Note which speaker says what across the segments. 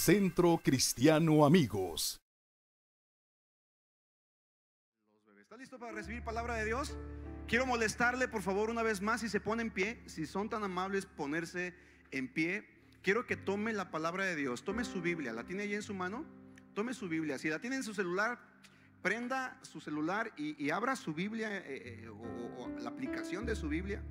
Speaker 1: Centro Cristiano Amigos.
Speaker 2: ¿Está listo para recibir palabra de Dios? Quiero molestarle por favor una vez más, si se pone en pie, si son tan amables ponerse en pie. Quiero que tome la palabra de Dios, tome su Biblia, ¿la tiene ahí en su mano? Tome su Biblia, si la tiene en su celular, prenda su celular y abra su Biblia o la aplicación de su Biblia.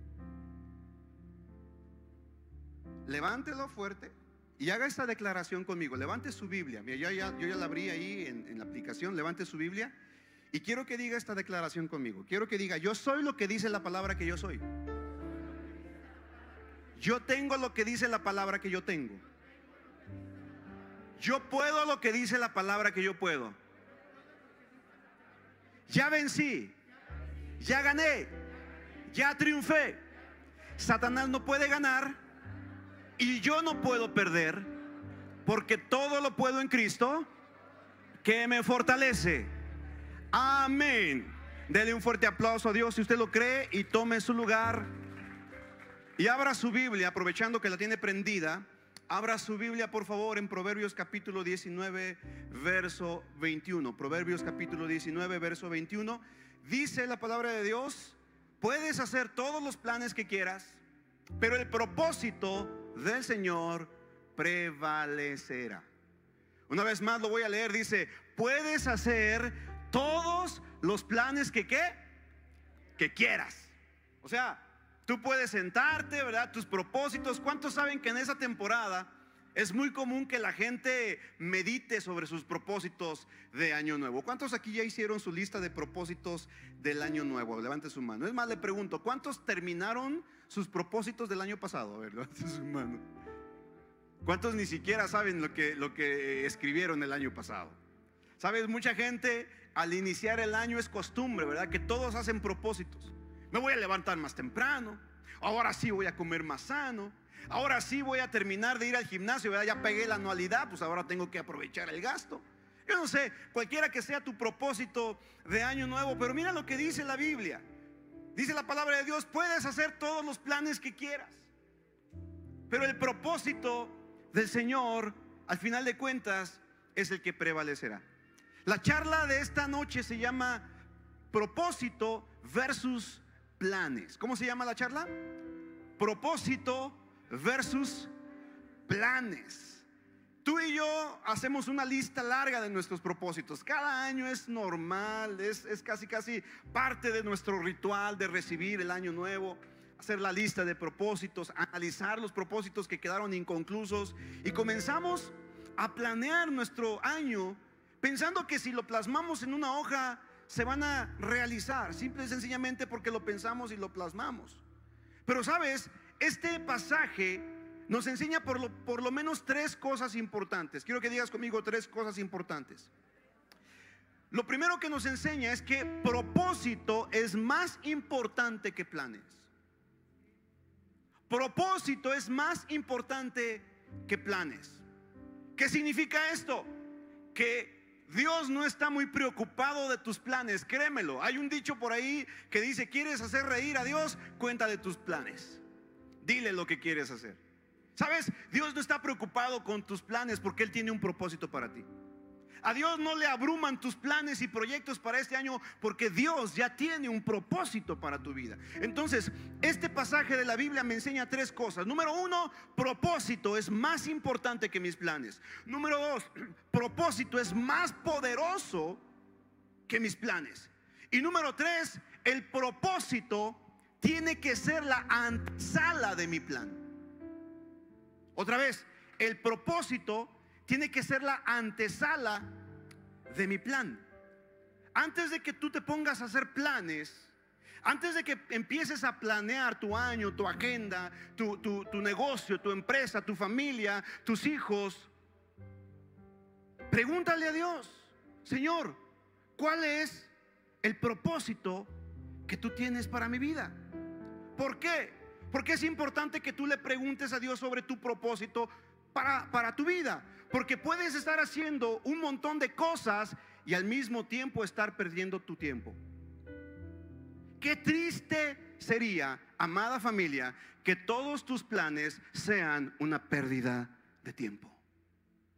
Speaker 2: Levántelo fuerte y haga esta declaración conmigo. Levante su Biblia. Mira, yo ya la abrí ahí en la aplicación. Levante su Biblia y quiero que diga esta declaración conmigo. Quiero que diga: yo soy lo que dice la palabra que yo soy. Yo tengo lo que dice la palabra que yo tengo. Yo puedo lo que dice la palabra que yo puedo. Ya vencí, ya gané, ya triunfé. Satanás no puede ganar y yo no puedo perder, porque todo lo puedo en Cristo que me fortalece. Amén. Dele un fuerte aplauso a Dios si usted lo cree, y tome su lugar y abra su Biblia, aprovechando que la tiene prendida. Abra su Biblia por favor en Proverbios capítulo 19 verso 21. Proverbios capítulo 19 verso 21. Dice la palabra de Dios: puedes hacer todos los planes que quieras, pero el propósito del Señor prevalecerá. Una vez más lo voy a leer. Dice: puedes hacer todos los planes que quieras. O sea, tú puedes sentarte, ¿verdad? Tus propósitos. ¿Cuántos saben que en esa temporada es muy común que la gente medite sobre sus propósitos de año nuevo? ¿Cuántos aquí ya hicieron su lista de propósitos del año nuevo? Levante su mano. Es más, le pregunto: ¿cuántos terminaron sus propósitos del año pasado? A ver, levante su mano. ¿Cuántos ni siquiera saben lo que escribieron el año pasado? Sabes, mucha gente al iniciar el año es costumbre, ¿verdad? Que todos hacen propósitos. Me voy a levantar más temprano, ahora sí voy a comer más sano, ahora sí voy a terminar de ir al gimnasio, ¿verdad? Ya pagué la anualidad, pues ahora tengo que aprovechar el gasto. Yo no sé, cualquiera que sea tu propósito de año nuevo, pero mira lo que dice la Biblia. Dice la palabra de Dios: puedes hacer todos los planes que quieras, pero el propósito del Señor, al final de cuentas, es el que prevalecerá. La charla de esta noche se llama propósito versus planes. ¿Cómo se llama la charla? Propósito versus planes. Tú y yo hacemos una lista larga de nuestros propósitos. Cada año es normal, es casi parte de nuestro ritual de recibir el año nuevo. Hacer la lista de propósitos, analizar los propósitos que quedaron inconclusos, y comenzamos a planear nuestro año pensando que si lo plasmamos en una hoja se van a realizar, simple y sencillamente porque lo pensamos y lo plasmamos. Pero sabes, este pasaje nos enseña por lo menos tres cosas importantes. Quiero que digas conmigo tres cosas importantes. Lo primero que nos enseña es que propósito es más importante que planes. Propósito es más importante que planes. ¿Qué significa esto? Que Dios no está muy preocupado de tus planes, créemelo. Hay un dicho por ahí que dice: ¿quieres hacer reír a Dios? Cuéntale tus planes. Dile lo que quieres hacer. ¿Sabes? Dios no está preocupado con tus planes porque Él tiene un propósito para ti. A Dios no le abruman tus planes y proyectos para este año, porque Dios ya tiene un propósito para tu vida. Entonces, este pasaje de la Biblia me enseña tres cosas. Número uno, propósito es más importante que mis planes. Número dos, propósito es más poderoso que mis planes. Y número tres, el propósito tiene que ser la antesala de mi plan. Otra vez, el propósito tiene que ser la antesala de mi plan. Antes de que tú te pongas a hacer planes, antes de que empieces a planear tu año, tu agenda, tu negocio, tu empresa, tu familia, tus hijos, pregúntale a Dios: Señor, ¿cuál es el propósito que tú tienes para mi vida? ¿Por qué? Porque es importante que tú le preguntes a Dios sobre tu propósito para tu vida. Porque puedes estar haciendo un montón de cosas y al mismo tiempo estar perdiendo tu tiempo. Qué triste sería, amada familia, que todos tus planes sean una pérdida de tiempo.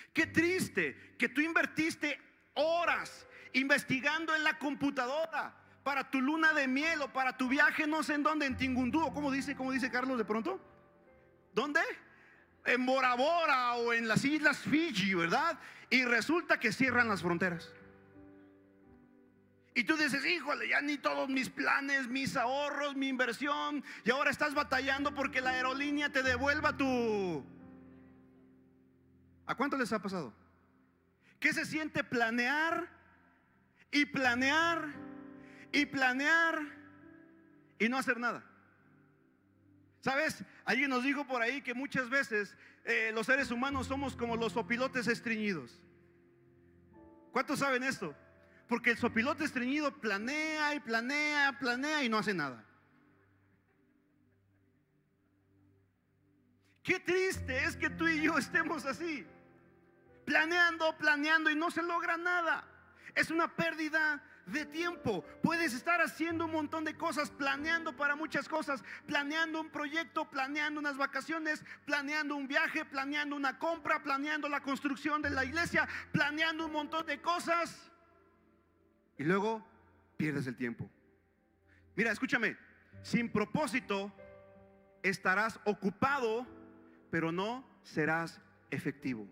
Speaker 2: Qué triste que tú invertiste horas investigando en la computadora para tu luna de miel o para tu viaje no sé en dónde, en Tingundú, ¿cómo dice Carlos de pronto? ¿Dónde? En Bora Bora o en las Islas Fiji, ¿verdad? Y resulta que cierran las fronteras. Y tú dices, híjole, ya ni todos mis planes, mis ahorros, mi inversión, y ahora estás batallando porque la aerolínea te devuelva tu... ¿A cuánto les ha pasado? ¿Qué se siente planear y planear y planear y no hacer nada? ¿Sabes? Alguien nos dijo por ahí que muchas veces los seres humanos somos como los sopilotes estreñidos. ¿Cuántos saben esto? Porque el sopilote estreñido planea y planea, planea y no hace nada. Qué triste es que tú y yo estemos así, planeando, planeando y no se logra nada. Es una pérdida de tiempo. Puedes estar haciendo un montón de cosas, planeando para muchas cosas, planeando un proyecto, planeando unas vacaciones, planeando un viaje, planeando una compra, planeando la construcción de la iglesia, planeando un montón de cosas y luego pierdes el tiempo. Mira, escúchame, sin propósito estarás ocupado, pero no serás efectivo.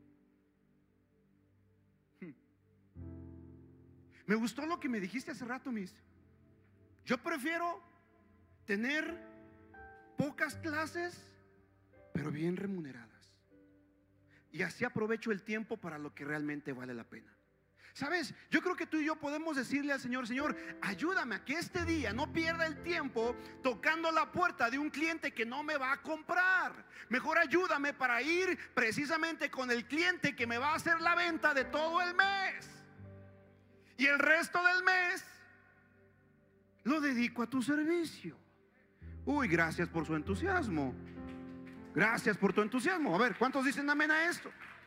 Speaker 2: Me gustó lo que me dijiste hace rato, Miss. Yo prefiero tener pocas clases, pero bien remuneradas. Y así aprovecho el tiempo para lo que realmente vale la pena. ¿Sabes? Yo creo que tú y yo podemos decirle al Señor, Señor, ayúdame a que este día no pierda el tiempo tocando la puerta de un cliente que no me va a comprar. Mejor ayúdame para ir precisamente con el cliente que me va a hacer la venta de todo el mes. Y el resto del mes lo dedico a tu servicio. Uy, gracias por su entusiasmo. Gracias por tu entusiasmo. A ver, ¿cuántos dicen amén a esto?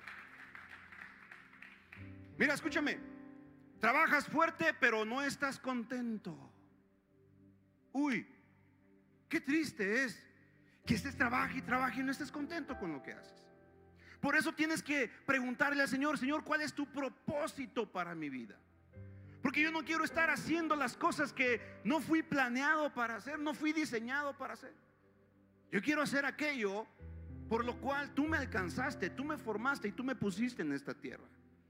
Speaker 2: Mira, escúchame. Trabajas fuerte, pero no estás contento. Uy, qué triste es que estés trabaje y trabaje y no estés contento con lo que haces. Por eso tienes que preguntarle al Señor, Señor, ¿cuál es tu propósito para mi vida? Porque yo no quiero estar haciendo las cosas que no fui planeado para hacer, no fui diseñado para hacer. Yo quiero hacer aquello por lo cual tú me alcanzaste, tú me formaste y tú me pusiste en esta tierra.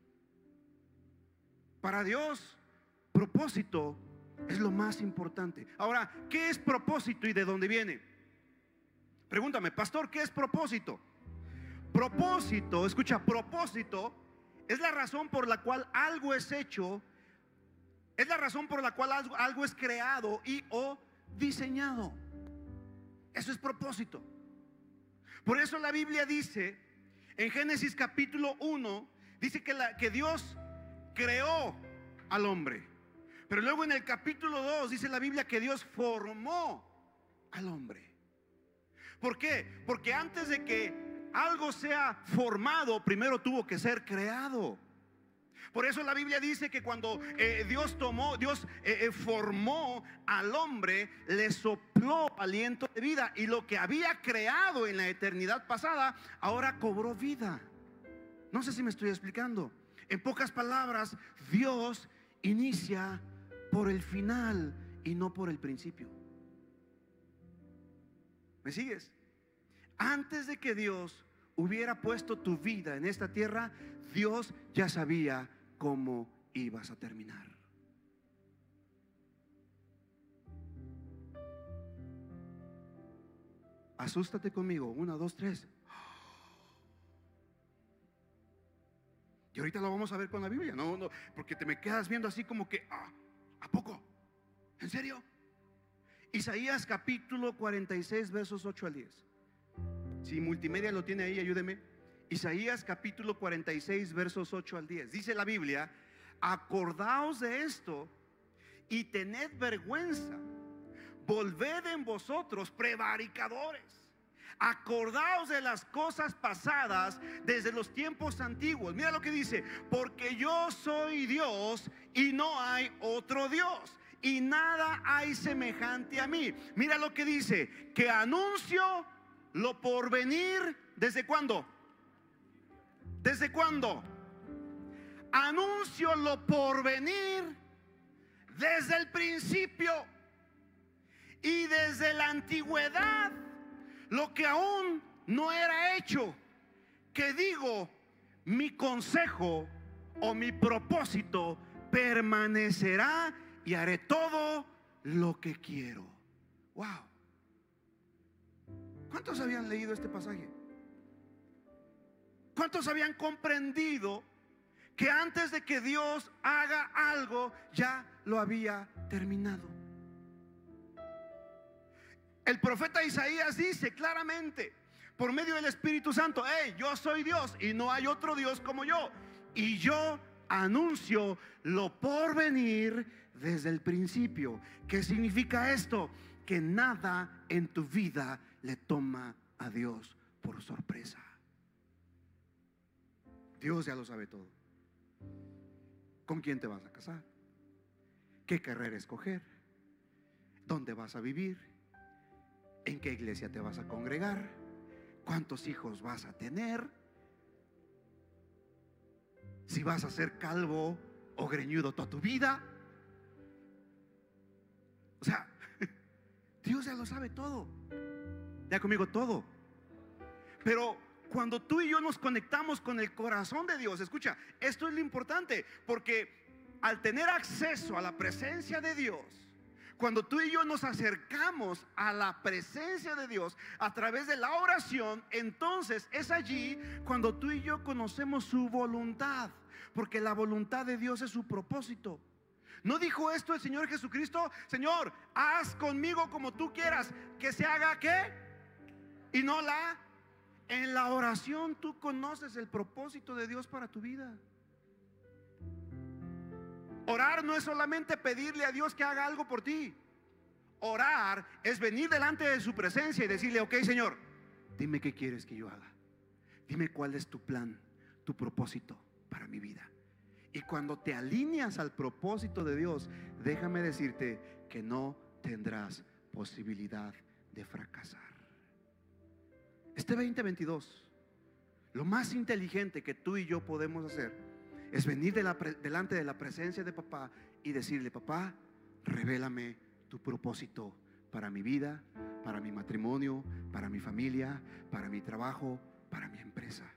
Speaker 2: Para Dios, propósito es lo más importante. Ahora, ¿qué es propósito y de dónde viene? Pregúntame, pastor, ¿qué es propósito? Propósito, escucha, propósito es la razón por la cual algo es hecho. Es la razón por la cual algo es creado y o diseñado. Eso es propósito. Por eso la Biblia dice en Génesis capítulo 1, dice que Dios creó al hombre. Pero luego en el capítulo 2 dice la Biblia que Dios formó al hombre. ¿Por qué? Porque antes de que algo sea formado, primero tuvo que ser creado. Por eso la Biblia dice que cuando Dios formó al hombre, le sopló aliento de vida, y lo que había creado en la eternidad pasada ahora cobró vida. No sé si me estoy explicando. En pocas palabras, Dios inicia por el final y no por el principio. ¿Me sigues? Antes de que Dios hubiera puesto tu vida en esta tierra, Dios ya sabía cómo ibas a terminar. Asústate conmigo. 1, 2, 3. Y ahorita lo vamos a ver con la Biblia. No, porque te me quedas viendo así como que ¿a poco? ¿En serio? Isaías capítulo 46 versos 8 al 10. Si multimedia lo tiene ahí, ayúdeme. Isaías capítulo 46 versos 8 al 10. Dice la Biblia: acordaos de esto y tened vergüenza, volved en vosotros prevaricadores, acordaos de las cosas pasadas desde los tiempos antiguos. Mira lo que dice: porque yo soy Dios y no hay otro Dios, y nada hay semejante a mí. Mira lo que dice: que anuncio lo por venir. ¿Desde cuándo? ¿Desde cuándo? Anuncio lo por venir desde el principio y desde la antigüedad, lo que aún no era hecho, que digo, mi consejo o mi propósito permanecerá y haré todo lo que quiero. Wow. ¿Cuántos habían leído este pasaje? ¿Cuántos habían comprendido que antes de que Dios haga algo ya lo había terminado? El profeta Isaías dice claramente por medio del Espíritu Santo: hey, yo soy Dios y no hay otro Dios como yo, y yo anuncio lo por venir desde el principio. ¿Qué significa esto? Que nada en tu vida le toma a Dios por sorpresa. Dios ya lo sabe todo. ¿Con quién te vas a casar? ¿Qué carrera escoger? ¿Dónde vas a vivir? ¿En qué iglesia te vas a congregar? ¿Cuántos hijos vas a tener? ¿Si vas a ser calvo o greñudo toda tu vida? O sea, Dios ya lo sabe todo. Ya conmigo, todo. Pero cuando tú y yo nos conectamos con el corazón de Dios, escucha, esto es lo importante, porque al tener acceso a la presencia de Dios, cuando tú y yo nos acercamos a la presencia de Dios a través de la oración, entonces es allí cuando tú y yo conocemos su voluntad, porque la voluntad de Dios es su propósito. ¿No dijo esto el Señor Jesucristo? Señor, haz conmigo como tú quieras, que se haga ¿qué? Y no la. En la oración tú conoces el propósito de Dios para tu vida. Orar no es solamente pedirle a Dios que haga algo por ti. Orar es venir delante de su presencia y decirle: ok, Señor, dime qué quieres que yo haga. Dime cuál es tu plan, tu propósito para mi vida. Y cuando te alineas al propósito de Dios, déjame decirte que no tendrás posibilidad de fracasar. Este 2022, lo más inteligente que tú y yo podemos hacer es venir delante de la presencia de papá y decirle: papá, revélame tu propósito para mi vida, para mi matrimonio, para mi familia, para mi trabajo, para mi empresa.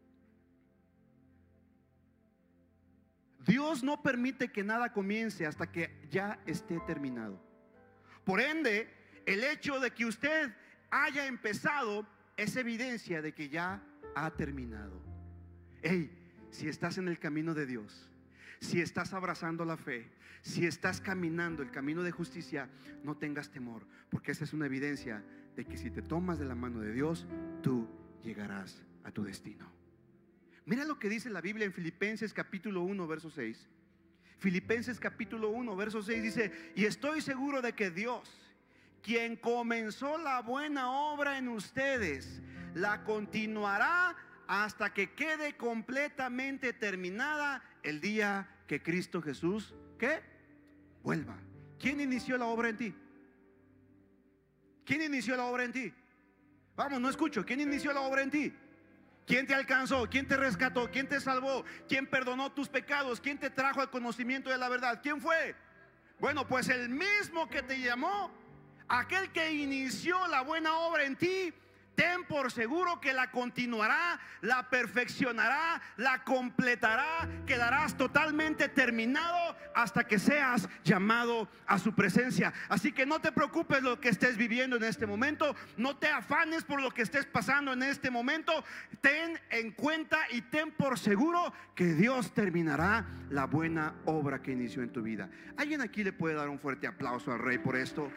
Speaker 2: Dios no permite que nada comience hasta que ya esté terminado. Por ende, el hecho de que usted haya empezado es evidencia de que ya ha terminado. Hey, si estás en el camino de Dios, si estás abrazando la fe, si estás caminando el camino de justicia, no tengas temor, porque esa es una evidencia de que si te tomas de la mano de Dios, tú llegarás a tu destino. Mira lo que dice la Biblia en Filipenses capítulo 1 verso 6. Filipenses capítulo 1 verso 6 dice: y estoy seguro de que Dios, quien comenzó la buena obra en ustedes, la continuará hasta que quede completamente terminada el día que Cristo Jesús, ¿qué? Vuelva. ¿Quién inició la obra en ti? ¿Quién inició la obra en ti? Vamos, no escucho. ¿Quién inició la obra en ti? ¿Quién te alcanzó? ¿Quién te rescató? ¿Quién te salvó? ¿Quién perdonó tus pecados? ¿Quién te trajo al conocimiento de la verdad? ¿Quién fue? Bueno, pues el mismo que te llamó, aquel que inició la buena obra en ti, ten por seguro que la continuará, la perfeccionará, la completará, quedarás totalmente terminado hasta que seas llamado a su presencia. Así que no te preocupes lo que estés viviendo en este momento, no te afanes por lo que estés pasando en este momento. Ten en cuenta y ten por seguro que Dios terminará la buena obra que inició en tu vida. ¿Alguien aquí le puede dar un fuerte aplauso al Rey por esto?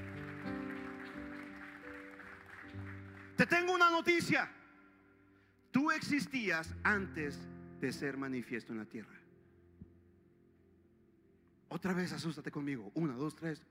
Speaker 2: Te tengo una noticia. Tú existías antes de ser manifiesto en la tierra. Otra vez asústate conmigo. 1, 2, 3.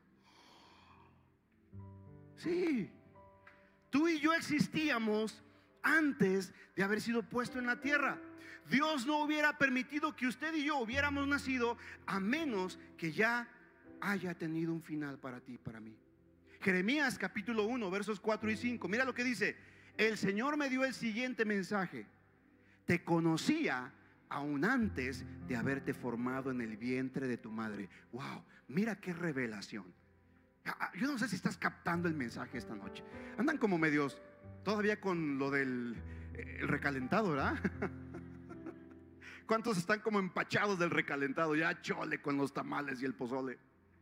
Speaker 2: Sí, tú y yo existíamos antes de haber sido puesto en la tierra. Dios no hubiera permitido que usted y yo hubiéramos nacido a menos que ya haya tenido un final para ti y para mí. Jeremías capítulo 1 versos 4 y 5. Mira lo que dice: el Señor me dio el siguiente mensaje: te conocía aún antes de haberte formado en el vientre de tu madre. Wow, mira qué revelación. Yo no sé si estás captando el mensaje esta noche. Andan como medios todavía con lo del el recalentado, ¿verdad? ¿Cuántos están como empachados del recalentado? Ya chole con los tamales y el pozole.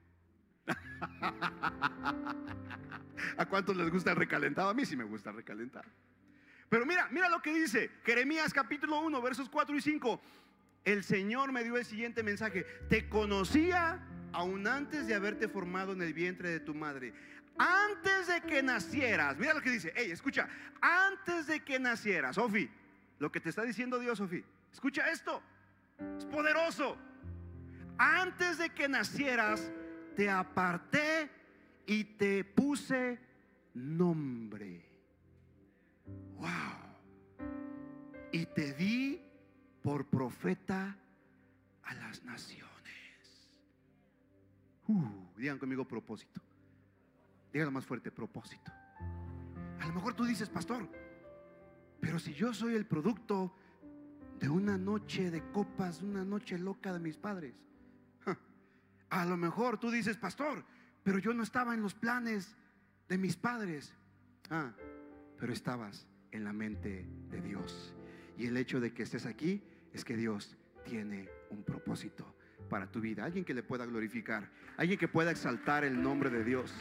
Speaker 2: ¿A cuántos les gusta el recalentado? A mí sí me gusta el recalentado. Pero mira lo que dice Jeremías capítulo 1 versos 4 y 5. El Señor me dio el siguiente mensaje: te conocía aún antes de haberte formado en el vientre de tu madre. Antes de que nacieras. Mira lo que dice. Hey, escucha. Antes de que nacieras. Sofi, lo que te está diciendo Dios, Sofi, escucha esto. Es poderoso. Antes de que nacieras, te aparté y te puse nombre. Wow. Y te di por profeta a las naciones. Digan conmigo propósito. Díganlo más fuerte, propósito. A lo mejor tú dices, pastor, pero si yo soy el producto de una noche de copas, una noche loca de mis padres. A lo mejor tú dices, pastor, pero yo no estaba en los planes de mis padres. Pero estabas en la mente de Dios. Y el hecho de que estés aquí es que Dios tiene un propósito para tu vida. Alguien que le pueda glorificar, alguien que pueda exaltar el nombre de Dios.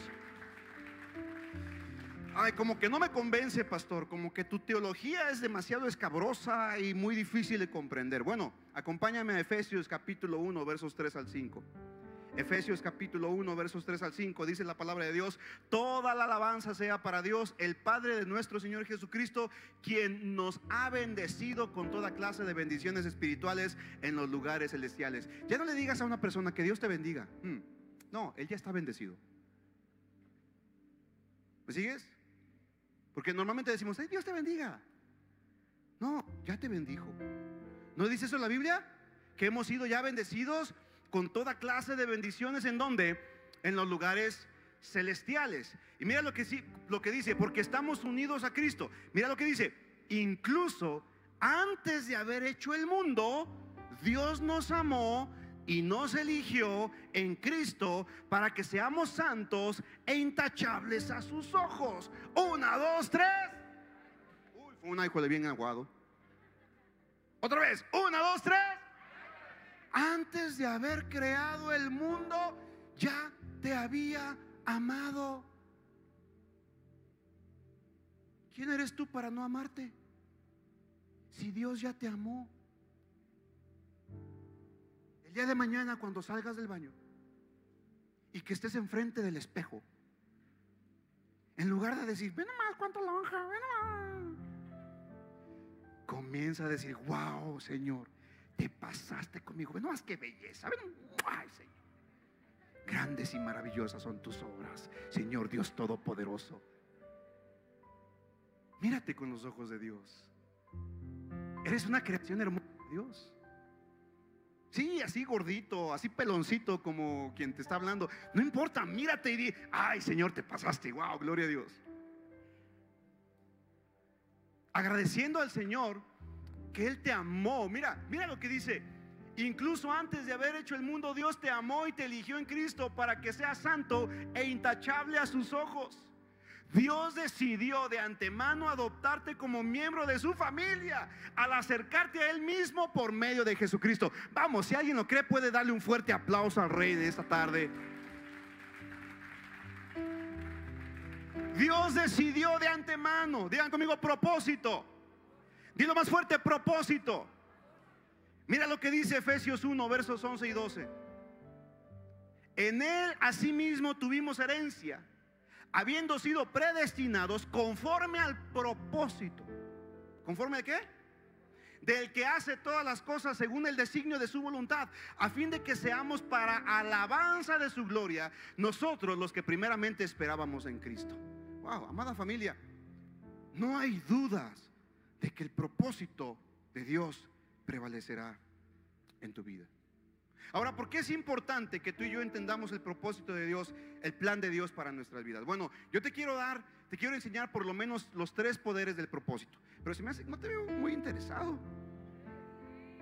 Speaker 2: Ay, como que no me convence, pastor, como que tu teología es demasiado escabrosa y muy difícil de comprender. Bueno, acompáñame a Efesios capítulo 1 versos 3 al 5. Efesios capítulo 1 versos 3 al 5 dice la palabra de Dios: toda la alabanza sea para Dios, el Padre de nuestro Señor Jesucristo, quien nos ha bendecido con toda clase de bendiciones espirituales en los lugares celestiales. Ya no le digas a una persona que Dios te bendiga. No, él ya está bendecido. ¿Me sigues? Porque normalmente decimos, Dios te bendiga. No, ya te bendijo. ¿No dice eso en la Biblia? Que hemos sido ya bendecidos con toda clase de bendiciones. ¿En dónde? En los lugares celestiales. Y mira lo que dice: porque estamos unidos a Cristo. Mira lo que dice: incluso antes de haber hecho el mundo, Dios nos amó y nos eligió en Cristo para que seamos santos e intachables a sus ojos. 1, 2, 3. Uy, fue un hijo de bien aguado. Otra vez. 1, 2, 3. Antes de haber creado el mundo, ya te había amado. ¿Quién eres tú para no amarte? Si Dios ya te amó. El día de mañana, cuando salgas del baño y que estés enfrente del espejo, en lugar de decir, ve nomás cuánta lonja, ve nomás, comienza a decir, wow, Señor, te pasaste conmigo, ve nomás qué belleza, ay, Señor, grandes y maravillosas son tus obras, Señor Dios Todopoderoso. Mírate con los ojos de Dios. Eres una creación hermosa de Dios. Sí, así gordito, así peloncito como quien te está hablando. No importa, mírate y di, ay, Señor, te pasaste, wow, gloria a Dios. Agradeciendo al Señor que Él te amó. Mira lo que dice: incluso antes de haber hecho el mundo, Dios te amó y te eligió en Cristo para que seas santo e intachable a sus ojos. Dios decidió de antemano adoptarte como miembro de su familia al acercarte a Él mismo por medio de Jesucristo. Vamos, si alguien lo cree, puede darle un fuerte aplauso al Rey de esta tarde. Dios decidió de antemano. Digan conmigo, propósito. Dilo más fuerte, propósito. Mira lo que dice Efesios 1 versos 11 y 12. En Él asimismo tuvimos herencia, habiendo sido predestinados conforme al propósito. ¿Conforme a qué? Del que hace todas las cosas según el designio de su voluntad, a fin de que seamos para alabanza de su gloria, nosotros los que primeramente esperábamos en Cristo. Wow, amada familia, no hay dudas de que el propósito de Dios prevalecerá en tu vida. Ahora, ¿por qué es importante que tú y yo entendamos el propósito de Dios, el plan de Dios para nuestras vidas? Bueno, yo te quiero enseñar por lo menos los 3 poderes del propósito. Pero se me hace, no te veo muy interesado.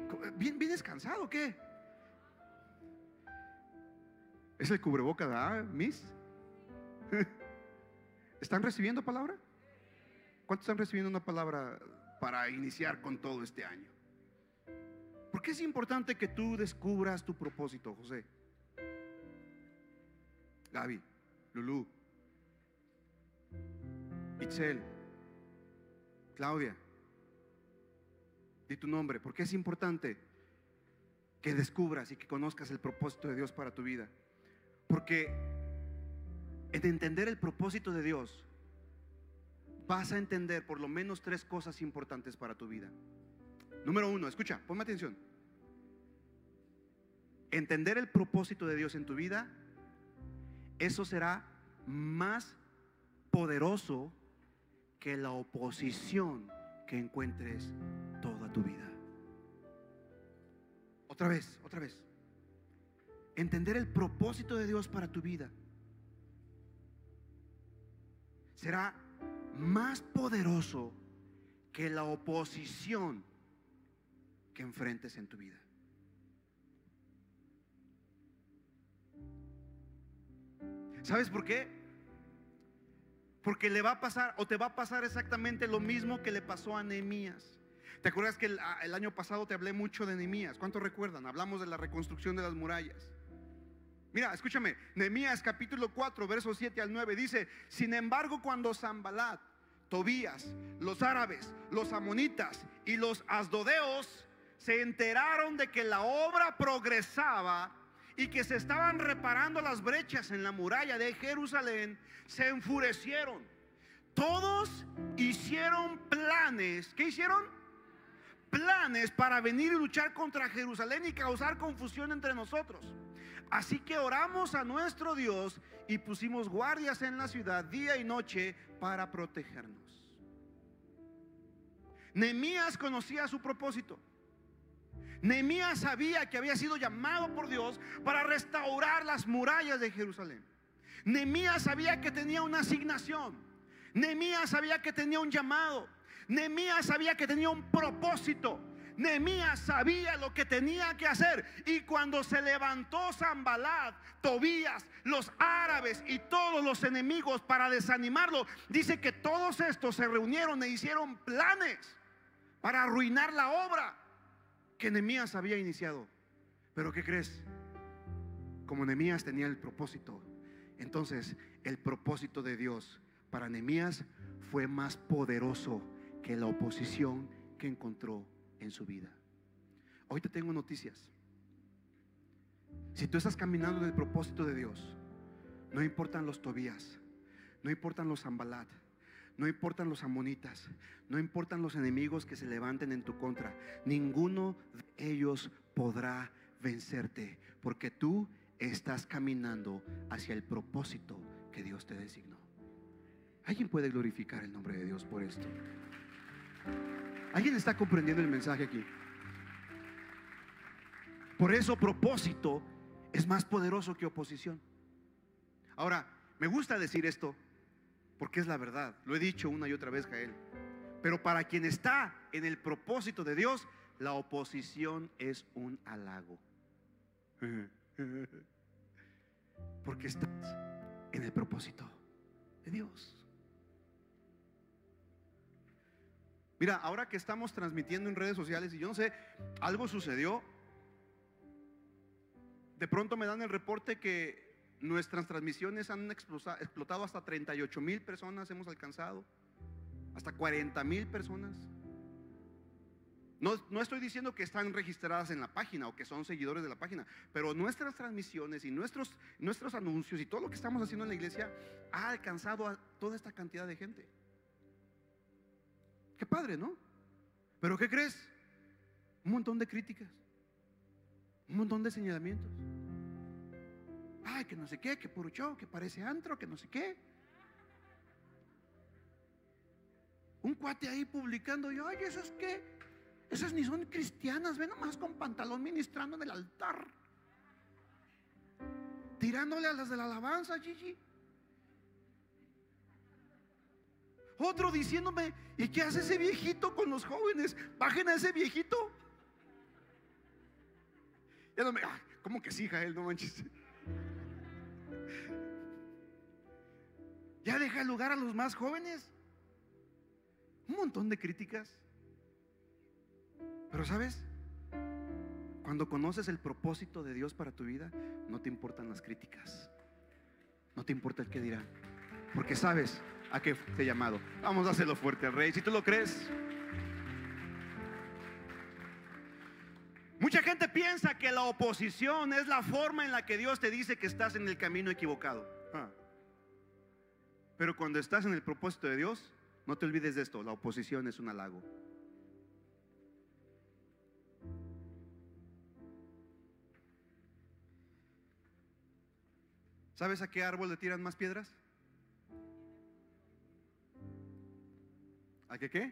Speaker 2: ¿Vienes cansado o qué? ¿Es el cubrebocas, ¿verdad, Miss? ¿Están recibiendo palabra? ¿Cuántos están recibiendo una palabra para iniciar con todo este año? ¿Por qué es importante que tú descubras tu propósito, José? Gaby, Lulú, Itzel, Claudia, di tu nombre. ¿Por qué es importante que descubras y que conozcas el propósito de Dios para tu vida? Porque en entender el propósito de Dios vas a entender por lo menos 3 cosas importantes para tu vida. Número 1, escucha, ponme atención. Entender el propósito de Dios en tu vida, eso será más poderoso que la oposición que encuentres toda tu vida. Otra vez. Entender el propósito de Dios para tu vida será más poderoso que la oposición que enfrentes en tu vida. ¿Sabes por qué? Porque le va a pasar, o te va a pasar exactamente lo mismo que le pasó a Nehemías. ¿Te acuerdas que el año pasado te hablé mucho de Nehemías? ¿Cuántos recuerdan? Hablamos de la reconstrucción de las murallas. Mira, escúchame, Nehemías capítulo 4, versos 7 al 9 dice: sin embargo, cuando Sanballat, Tobías, los árabes, los amonitas y los asdodeos se enteraron de que la obra progresaba y que se estaban reparando las brechas en la muralla de Jerusalén, se enfurecieron. Todos hicieron planes. ¿Qué hicieron? Planes para venir y luchar contra Jerusalén y causar confusión entre nosotros. Así que oramos a nuestro Dios y pusimos guardias en la ciudad día y noche para protegernos. Nehemías conocía su propósito. Nehemías sabía que había sido llamado por Dios para restaurar las murallas de Jerusalén. Nehemías sabía que tenía una asignación. Nehemías sabía que tenía un llamado. Nehemías sabía que tenía un propósito. Nehemías sabía lo que tenía que hacer. Y cuando se levantó Sanballat, Tobías, los árabes y todos los enemigos para desanimarlo, dice que todos estos se reunieron e hicieron planes para arruinar la obra que Nehemías había iniciado. Pero ¿qué crees? Como Nehemías tenía el propósito, entonces el propósito de Dios para Nehemías fue más poderoso que la oposición que encontró en su vida. Hoy te tengo noticias. Si tú estás caminando en el propósito de Dios, no importan los Tobías, no importan los Sanballat, no importan los amonitas, no importan los enemigos que se levanten en tu contra, ninguno de ellos podrá vencerte, porque tú estás caminando hacia el propósito que Dios te designó. ¿Alguien puede glorificar el nombre de Dios por esto? ¿Alguien está comprendiendo el mensaje aquí? Por eso propósito es más poderoso que oposición. Ahora, me gusta decir esto porque es la verdad. Lo he dicho una y otra vez, Jael. Pero para quien está en el propósito de Dios, la oposición es un halago. Porque estás en el propósito de Dios. Mira, ahora que estamos transmitiendo en redes sociales, y yo no sé, algo sucedió. De pronto me dan el reporte que nuestras transmisiones han explotado hasta 38,000 personas hemos alcanzado, hasta 40,000 personas. No estoy diciendo que están registradas en la página o que son seguidores de la página, pero nuestras transmisiones y nuestros anuncios y todo lo que estamos haciendo en la iglesia ha alcanzado a toda esta cantidad de gente. Qué padre, ¿no? Pero ¿qué crees? Un montón de críticas, un montón de señalamientos. Ay, que no sé qué, que puro show, que parece antro, que no sé qué. Un cuate ahí publicando, y ay, ¿esas qué? Esas ni son cristianas, ven nomás con pantalón ministrando en el altar, tirándole a las de la alabanza, Gigi. Otro diciéndome, ¿y qué hace ese viejito con los jóvenes? Bajen a ese viejito. Ya no me, ¿cómo que sí, Jael? No manches. Ya deja lugar a los más jóvenes. Un montón de críticas. Pero ¿sabes? Cuando conoces el propósito de Dios para tu vida, no te importan las críticas. No te importa el que dirán, porque sabes a qué te he llamado. Vamos a hacerlo fuerte al Rey, si tú lo crees. Mucha gente piensa que la oposición es la forma en la que Dios te dice que estás en el camino equivocado. Pero cuando estás en el propósito de Dios, no te olvides de esto: la oposición es un halago. ¿Sabes a qué árbol le tiran más piedras? ¿A qué?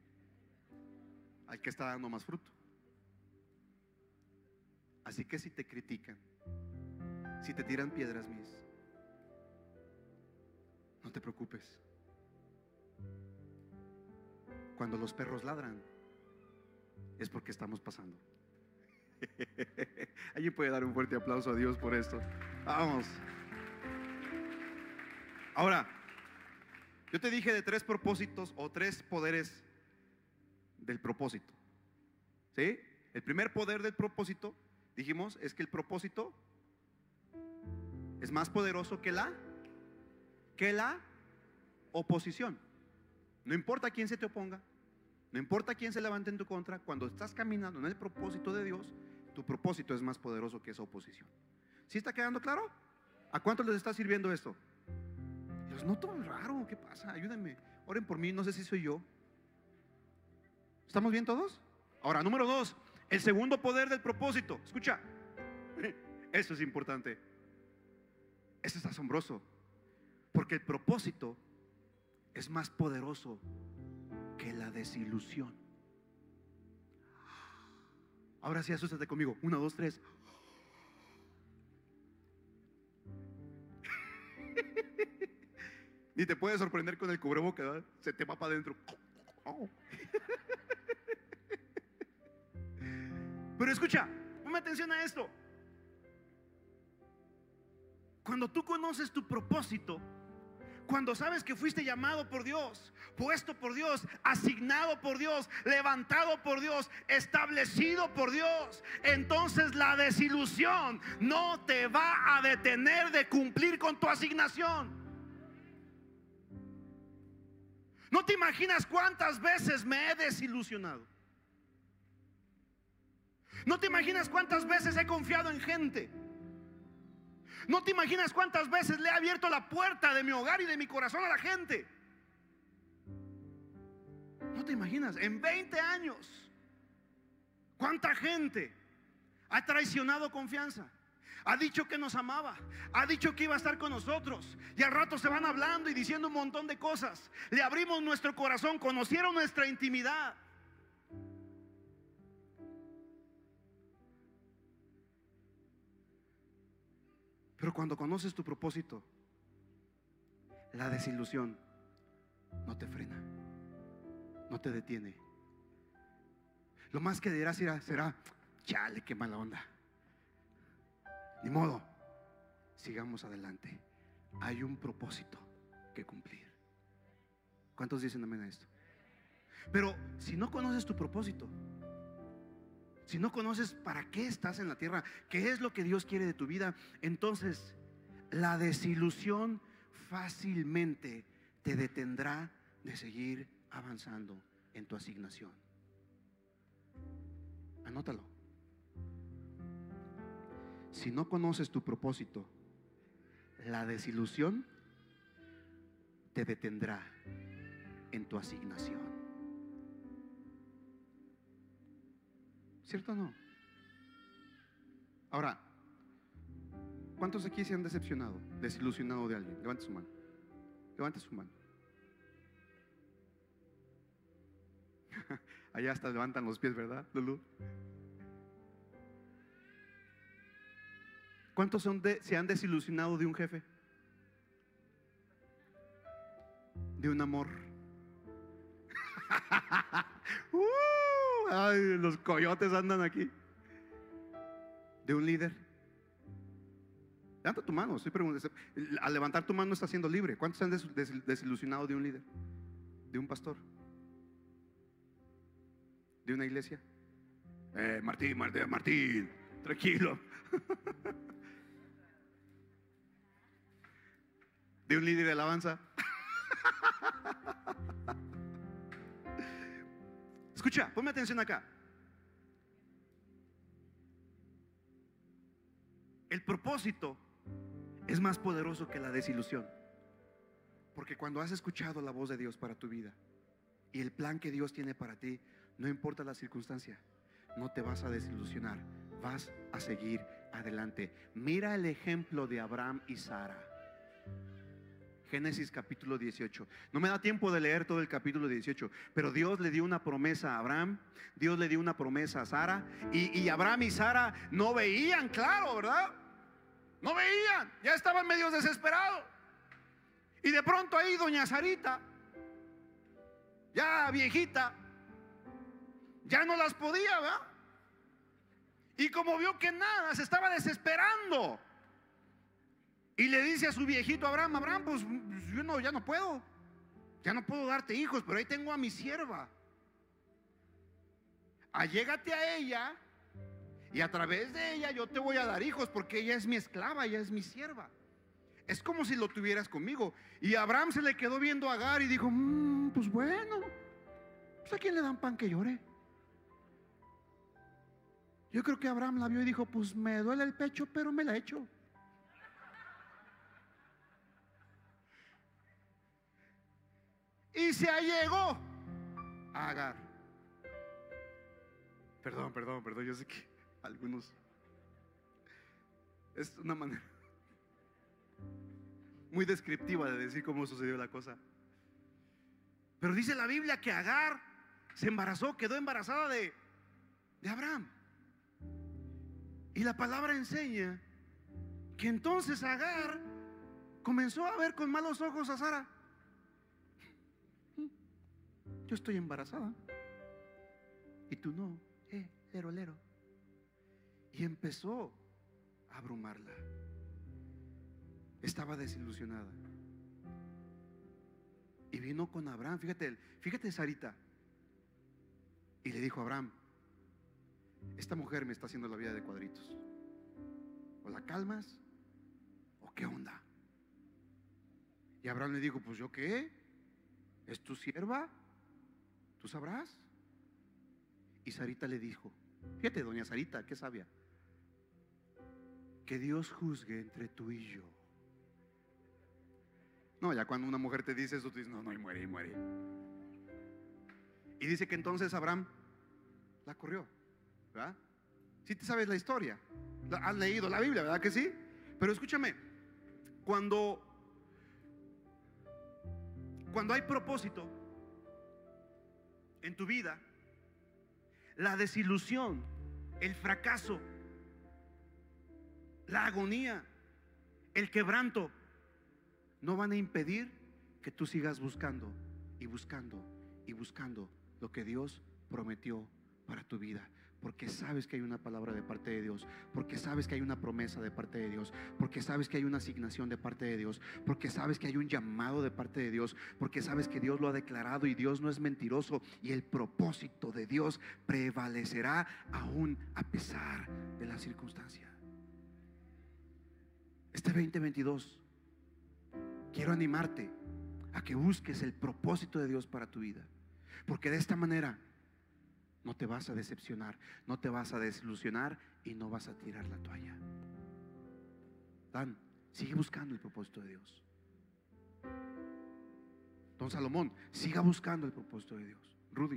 Speaker 2: Al que está dando más fruto. Así que si te critican, si te tiran piedras, no te preocupes. Cuando los perros ladran, es porque estamos pasando. Alguien puede dar un fuerte aplauso a Dios por esto. Vamos. Ahora, yo te dije de 3 propósitos o 3 poderes del propósito. ¿Sí? El primer poder del propósito, dijimos, es que el propósito es más poderoso que la oposición. No importa quién se te oponga, no importa quién se levante en tu contra. Cuando estás caminando en el propósito de Dios, tu propósito es más poderoso que esa oposición. ¿Sí está quedando claro? ¿A cuántos les está sirviendo esto? Los noto muy raro, ¿qué pasa? Ayúdenme, oren por mí, no sé si soy yo. ¿Estamos bien todos? Ahora, número 2, el segundo poder del propósito. Escucha, esto es importante. Esto es asombroso, porque el propósito es más poderoso que la desilusión. Ahora sí, asústate conmigo. 1, 2, 3. Ni te puedes sorprender con el cubrebocas, ¿verdad? Se te va para adentro. Pero escucha, ponme atención a esto. Cuando tú conoces tu propósito, cuando sabes que fuiste llamado por Dios, puesto por Dios, asignado por Dios, levantado por Dios, establecido por Dios, entonces la desilusión no te va a detener de cumplir con tu asignación. No te imaginas cuántas veces me he desilusionado. No te imaginas cuántas veces he confiado en gente. No te imaginas cuántas veces le he abierto la puerta de mi hogar y de mi corazón a la gente. No te imaginas, en 20 años, cuánta gente ha traicionado confianza. Ha dicho que nos amaba, ha dicho que iba a estar con nosotros, y al rato se van hablando y diciendo un montón de cosas. Le abrimos nuestro corazón, conocieron nuestra intimidad. Pero cuando conoces tu propósito, la desilusión no te frena, no te detiene. Lo más que dirás será: chale, qué mala onda. Ni modo, sigamos adelante. Hay un propósito que cumplir. ¿Cuántos dicen amén a esto? Pero si no conoces tu propósito, si no conoces para qué estás en la tierra, qué es lo que Dios quiere de tu vida, entonces la desilusión fácilmente te detendrá de seguir avanzando en tu asignación. Anótalo. Si no conoces tu propósito, la desilusión te detendrá en tu asignación. ¿Cierto o no? Ahora, ¿cuántos aquí se han decepcionado, desilusionado de alguien? Levante su mano. Levante su mano. Allá hasta levantan los pies, ¿verdad, Lulu? ¿Cuántos se han desilusionado de un jefe? De un amor. Ay, los coyotes andan aquí. de un líder? Levanta tu mano, estoy preguntando. Al levantar tu mano estás siendo libre. ¿Cuántos han desilusionado de un líder? ¿De un pastor? ¿De una iglesia? Martín, tranquilo. ¿De un líder de alabanza? Escucha, ponme atención acá. El propósito es más poderoso que la desilusión. Porque cuando has escuchado la voz de Dios para tu vida y el plan que Dios tiene para ti, no importa la circunstancia, no te vas a desilusionar, vas a seguir adelante. Mira el ejemplo de Abraham y Sara. Génesis capítulo 18. No me da tiempo de leer todo el capítulo 18, pero Dios le dio una promesa a Abraham, Dios le dio una promesa a Sara, y Abraham y Sara no veían claro, ¿verdad? No veían, ya estaban medio desesperados. Y de pronto ahí doña Sarita, ya viejita, ya no las podía, ¿verdad? Y como vio que nada, se estaba desesperando. Y le dice a su viejito Abraham: Abraham, pues yo ya no puedo darte hijos, pero ahí tengo a mi sierva. Allégate a ella y a través de ella yo te voy a dar hijos, porque ella es mi esclava, ella es mi sierva. Es como si lo tuvieras conmigo. Y Abraham se le quedó viendo a Agar y dijo: pues bueno, pues ¿a quién le dan pan que llore? Yo creo que Abraham la vio y dijo: pues me duele el pecho, pero me la echo. Y se allegó a Agar. Perdón, yo sé que algunos, es una manera muy descriptiva de decir cómo sucedió la cosa. Pero dice la Biblia que Agar se embarazó, quedó embarazada de Abraham. Y la palabra enseña que entonces Agar comenzó a ver con malos ojos a Sara. Yo estoy embarazada y tú no, lero. Y empezó a abrumarla. Estaba desilusionada. Y vino con Abraham, fíjate Sarita. Y le dijo a Abraham: esta mujer me está haciendo la vida de cuadritos. ¿O la calmas o qué onda? Y Abraham le dijo: pues yo qué, es tu sierva, tú sabrás. Y Sarita le dijo, fíjate, doña Sarita, qué sabia: que Dios juzgue entre tú y yo. No, ya cuando una mujer te dice eso, tú dices: no, y muere. Y dice que entonces Abraham la corrió, ¿verdad? Si te sabes la historia, has leído la Biblia, ¿verdad que sí? Pero escúchame, cuando hay propósito en tu vida, la desilusión, el fracaso, la agonía, el quebranto no van a impedir que tú sigas buscando lo que Dios prometió para tu vida. Porque sabes que hay una palabra de parte de Dios, porque sabes que hay una promesa de parte de Dios, porque sabes que hay una asignación de parte de Dios, porque sabes que hay un llamado de parte de Dios, porque sabes que Dios lo ha declarado y Dios no es mentiroso, y el propósito de Dios prevalecerá aún a pesar de la circunstancia. Este 2022 quiero animarte a que busques el propósito de Dios para tu vida, porque de esta manera no te vas a decepcionar, no te vas a desilusionar y no vas a tirar la toalla. Dan, sigue buscando el propósito de Dios. Don Salomón, siga buscando el propósito de Dios. Rudy.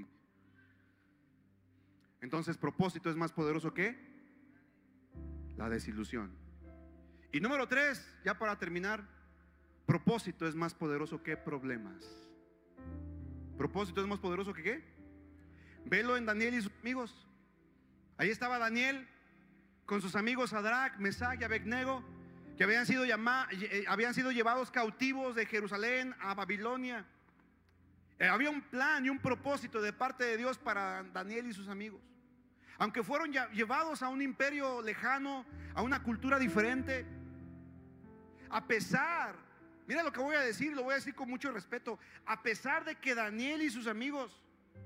Speaker 2: Entonces, propósito es más poderoso que la desilusión. Y número 3, ya para terminar, propósito es más poderoso que problemas. Propósito es más poderoso que ¿qué? Velo en Daniel y sus amigos. Ahí estaba Daniel con sus amigos Sadrach, Mesach y Abednego, que habían sido llevados cautivos de Jerusalén a Babilonia. Había un plan y un propósito de parte de Dios para Daniel y sus amigos. Aunque fueron llevados a un imperio lejano, a una cultura diferente, a pesar, mira lo que voy a decir, lo voy a decir con mucho respeto, a pesar de que Daniel y sus amigos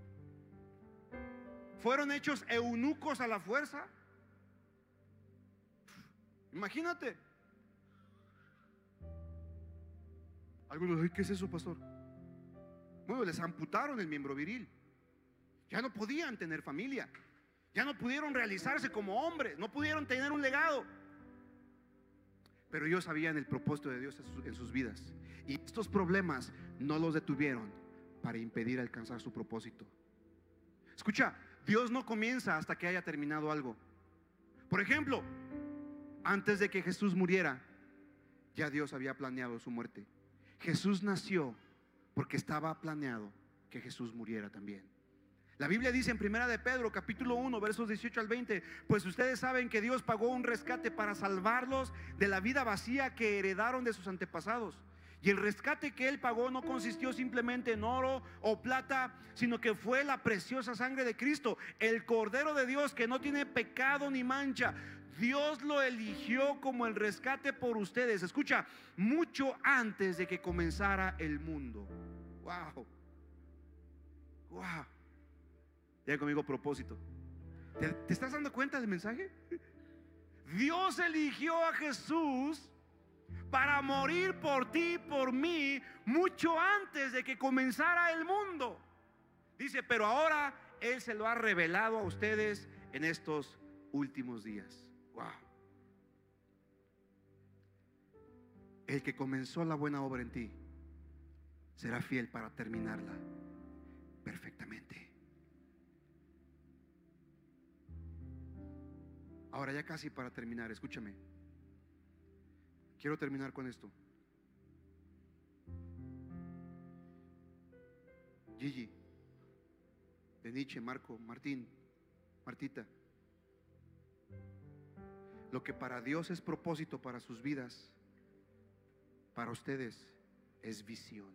Speaker 2: fueron hechos eunucos a la fuerza, imagínate. Algunos, ¿qué es eso, pastor? Bueno, les amputaron el miembro viril. Ya no podían tener familia. Ya no pudieron realizarse como hombres. No pudieron tener un legado. Pero ellos sabían el propósito de Dios en sus vidas. Y estos problemas no los detuvieron para impedir alcanzar su propósito. Escucha, Dios no comienza hasta que haya terminado algo. Por ejemplo, antes de que Jesús muriera, ya Dios había planeado su muerte. Jesús nació porque estaba planeado que Jesús muriera también. La Biblia dice en Primera de Pedro, capítulo 1, versos 18 al 20: pues ustedes saben que Dios pagó un rescate para salvarlos de la vida vacía que heredaron de sus antepasados. Y el rescate que Él pagó no consistió simplemente en oro o plata, sino que fue la preciosa sangre de Cristo, el Cordero de Dios que no tiene pecado ni mancha. Dios lo eligió como el rescate por ustedes. Escucha, mucho antes de que comenzara el mundo. Wow. Wow. Ya conmigo, propósito. ¿Te estás dando cuenta del mensaje? Dios eligió a Jesús para morir por ti, por mí, mucho antes de que comenzara el mundo. Dice, pero ahora Él se lo ha revelado a ustedes en estos últimos días. Wow. El que comenzó la buena obra en ti será fiel para terminarla perfectamente. Ahora ya casi para terminar, escúchame. Quiero terminar con esto. Gigi, Deniche, Marco, Martín, Martita, lo que para Dios es propósito para sus vidas, para ustedes es visión.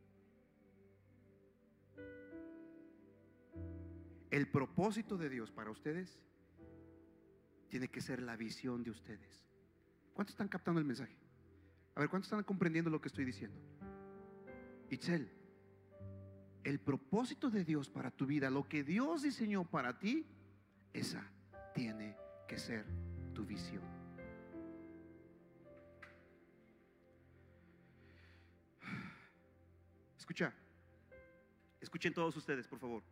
Speaker 2: El propósito de Dios para ustedes tiene que ser la visión de ustedes. ¿Cuántos están captando el mensaje? A ver, ¿cuántos están comprendiendo lo que estoy diciendo? Itzel, el propósito de Dios para tu vida, lo que Dios diseñó para ti, esa tiene que ser tu visión. Escuchen todos ustedes, por favor.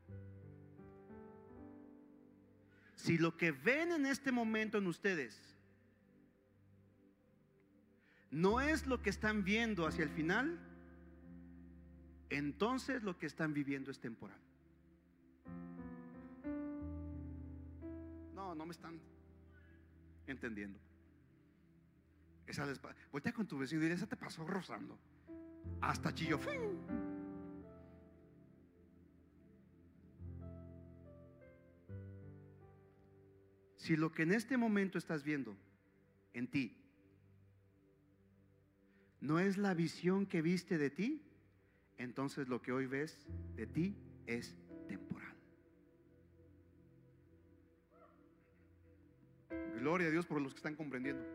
Speaker 2: Si lo que ven en este momento en ustedes no es lo que están viendo hacia el final, entonces lo que están viviendo es temporal. No me están entendiendo. Voltea con tu vecino y dile, esa te pasó rozando. Hasta chilló. Si lo que en este momento estás viendo en ti no es la visión que viste de ti, entonces lo que hoy ves de ti es temporal. Gloria a Dios por los que están comprendiendo.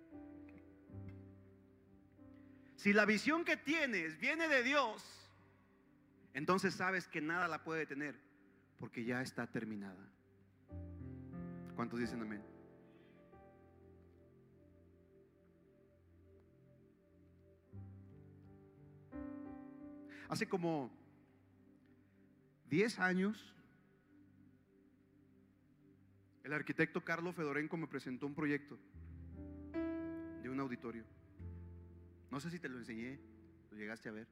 Speaker 2: Si la visión que tienes viene de Dios, entonces sabes que nada la puede detener, porque ya está terminada. ¿Cuántos dicen amén? Hace como 10 años, el arquitecto Carlos Fedorenko me presentó un proyecto de un auditorio. No sé si te lo enseñé, lo llegaste a ver.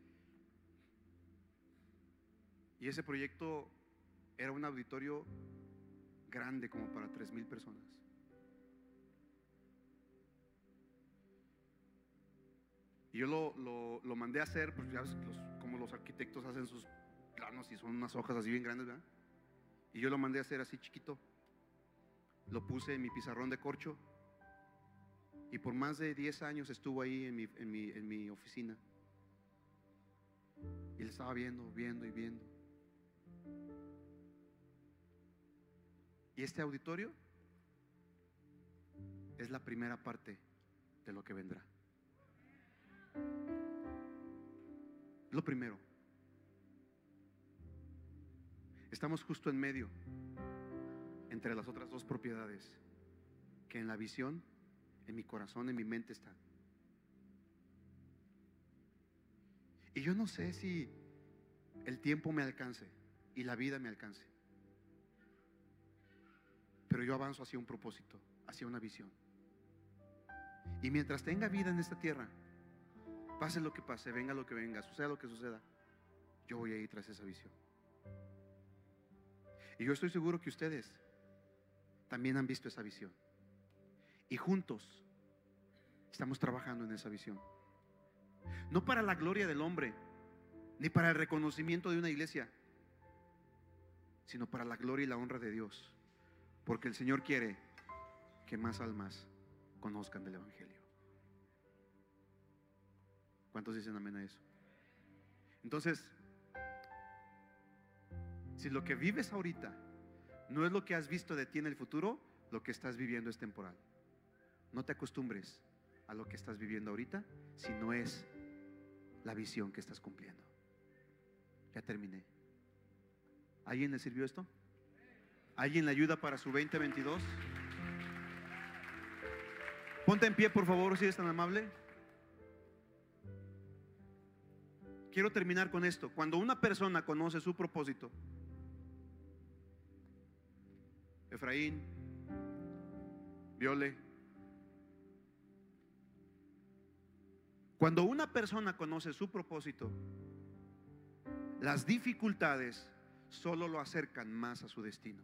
Speaker 2: Y ese proyecto era un auditorio grande, como para 3,000 personas. Y yo lo mandé a hacer, pues ya ves, como los arquitectos hacen sus planos y son unas hojas así bien grandes, ¿verdad? Y yo lo mandé a hacer así chiquito. Lo puse en mi pizarrón de corcho. Y por más de 10 años estuvo ahí en mi oficina. Y le estaba viendo. Y Y este auditorio es la primera parte de lo que vendrá. Lo primero. Estamos justo en medio, entre las otras dos propiedades que en la visión, en mi corazón, en mi mente están. Y yo no sé si el tiempo me alcance y la vida me alcance, pero yo avanzo hacia un propósito, hacia una visión. Y mientras tenga vida en esta tierra, pase lo que pase, venga lo que venga, suceda lo que suceda, yo voy a ir tras esa visión. Y yo estoy seguro que ustedes también han visto esa visión. Y juntos estamos trabajando en esa visión. No para la gloria del hombre, ni para el reconocimiento de una iglesia, sino para la gloria y la honra de Dios. Porque el Señor quiere que más almas conozcan del Evangelio. ¿Cuántos dicen amén a eso? Entonces, si lo que vives ahorita no es lo que has visto de ti en el futuro, lo que estás viviendo es temporal. No te acostumbres a lo que estás viviendo ahorita si no es la visión que estás cumpliendo. Ya terminé. ¿Alguien le sirvió esto? ¿Alguien le ayuda para su 2022? Ponte en pie, por favor, si eres tan amable. Quiero terminar con esto. Cuando una persona conoce su propósito, Efraín, Viole, cuando una persona conoce su propósito, las dificultades solo lo acercan más a su destino.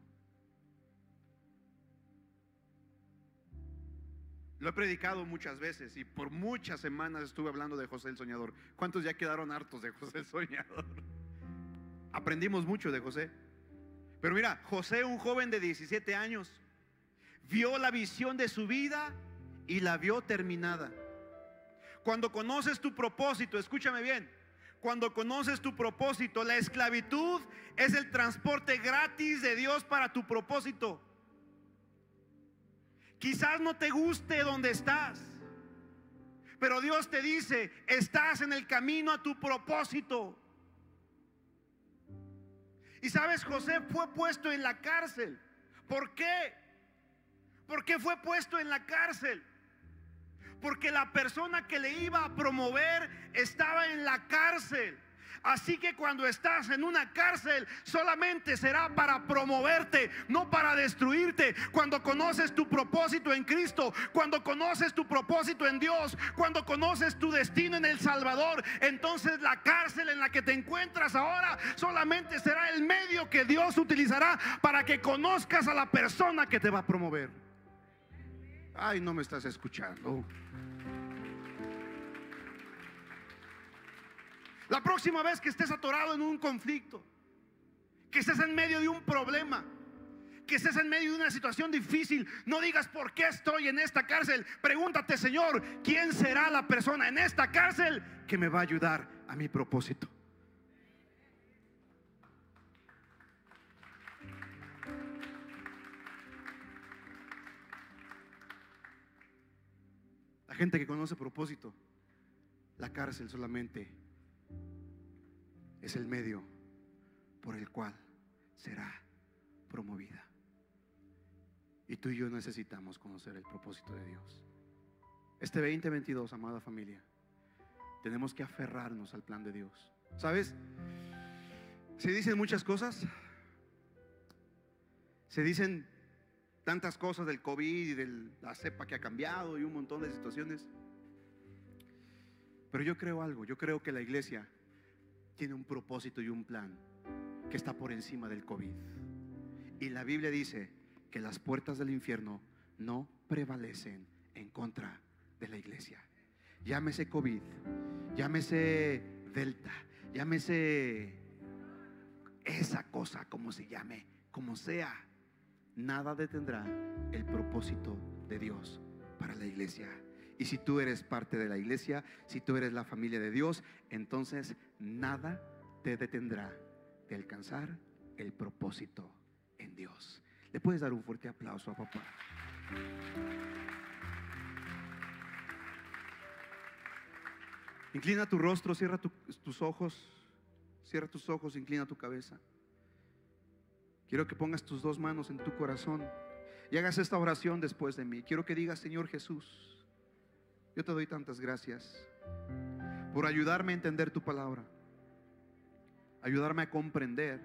Speaker 2: Lo he predicado muchas veces y por muchas semanas estuve hablando de José el Soñador. ¿Cuántos ya quedaron hartos de José el Soñador? Aprendimos mucho de José. Pero mira, José, un joven de 17 años, vio la visión de su vida y la vio terminada. Cuando conoces tu propósito, escúchame bien, cuando conoces tu propósito, la esclavitud es el transporte gratis de Dios para tu propósito. Quizás no te guste donde estás, pero Dios te dice, estás en el camino a tu propósito. Y sabes, José fue puesto en la cárcel. ¿Por qué? ¿Por qué fue puesto en la cárcel? Porque la persona que le iba a promover estaba en la cárcel. Así que cuando estás en una cárcel, solamente será para promoverte, no para destruirte. Cuando conoces tu propósito en Cristo, cuando conoces tu propósito en Dios, cuando conoces tu destino en el Salvador, entonces la cárcel en la que te encuentras ahora solamente será el medio que Dios utilizará para que conozcas a la persona que te va a promover. Ay, no me estás escuchando. La próxima vez que estés atorado en un conflicto, que estés en medio de un problema, que estés en medio de una situación difícil, no digas ¿por qué estoy en esta cárcel? Pregúntate, Señor, ¿quién será la persona en esta cárcel que me va a ayudar a mi propósito? La gente que conoce propósito, la cárcel solamente es el medio por el cual será promovida. Y tú y yo necesitamos conocer el propósito de Dios. Este 2022, amada familia, tenemos que aferrarnos al plan de Dios. ¿Sabes? Se dicen muchas cosas. Se dicen tantas cosas del COVID y de la cepa que ha cambiado y un montón de situaciones. Pero yo creo algo. Yo creo que la iglesia tiene un propósito y un plan que está por encima del COVID. Y la Biblia dice que las puertas del infierno no prevalecen en contra de la iglesia. Llámese COVID, llámese Delta, llámese esa cosa, como se llame, como sea, nada detendrá el propósito de Dios para la iglesia. Y si tú eres parte de la iglesia, si tú eres la familia de Dios, entonces nada te detendrá de alcanzar el propósito en Dios. Le puedes dar un fuerte aplauso a papá. Inclina tu rostro, cierra tus ojos. Cierra tus ojos, inclina tu cabeza. Quiero que pongas tus dos manos en tu corazón y hagas esta oración después de mí. Quiero que digas: Señor Jesús, yo te doy tantas gracias por ayudarme a entender tu palabra, ayudarme a comprender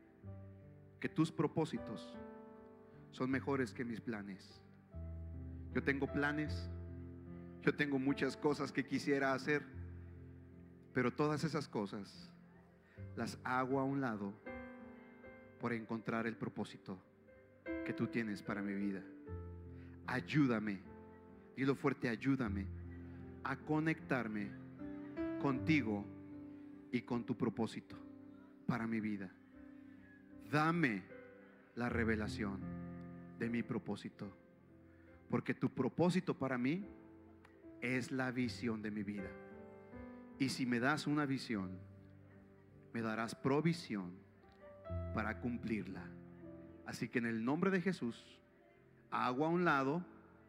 Speaker 2: que tus propósitos son mejores que mis planes. Yo tengo planes, yo tengo muchas cosas que quisiera hacer, pero todas esas cosas las hago a un lado por encontrar el propósito que tú tienes para mi vida. Ayúdame, dilo fuerte, ayúdame a conectarme contigo y con tu propósito para mi vida. Dame la revelación de mi propósito, porque tu propósito para mí es la visión de mi vida. Y si me das una visión, me darás provisión para cumplirla. Así que en el nombre de Jesús, hago a un lado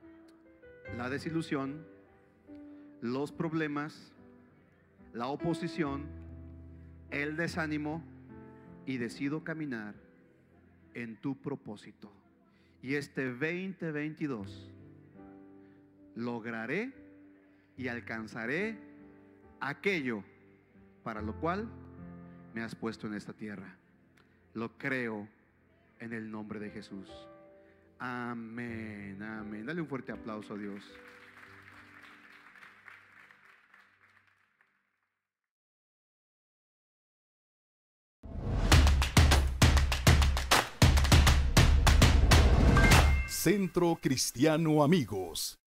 Speaker 2: la desilusión, los problemas, la oposición, el desánimo, y decido caminar en tu propósito. Y este 2022 lograré y alcanzaré aquello para lo cual me has puesto en esta tierra. Lo creo en el nombre de Jesús. Amén, amén. Dale un fuerte aplauso a Dios.
Speaker 1: Centro Cristiano Amigos.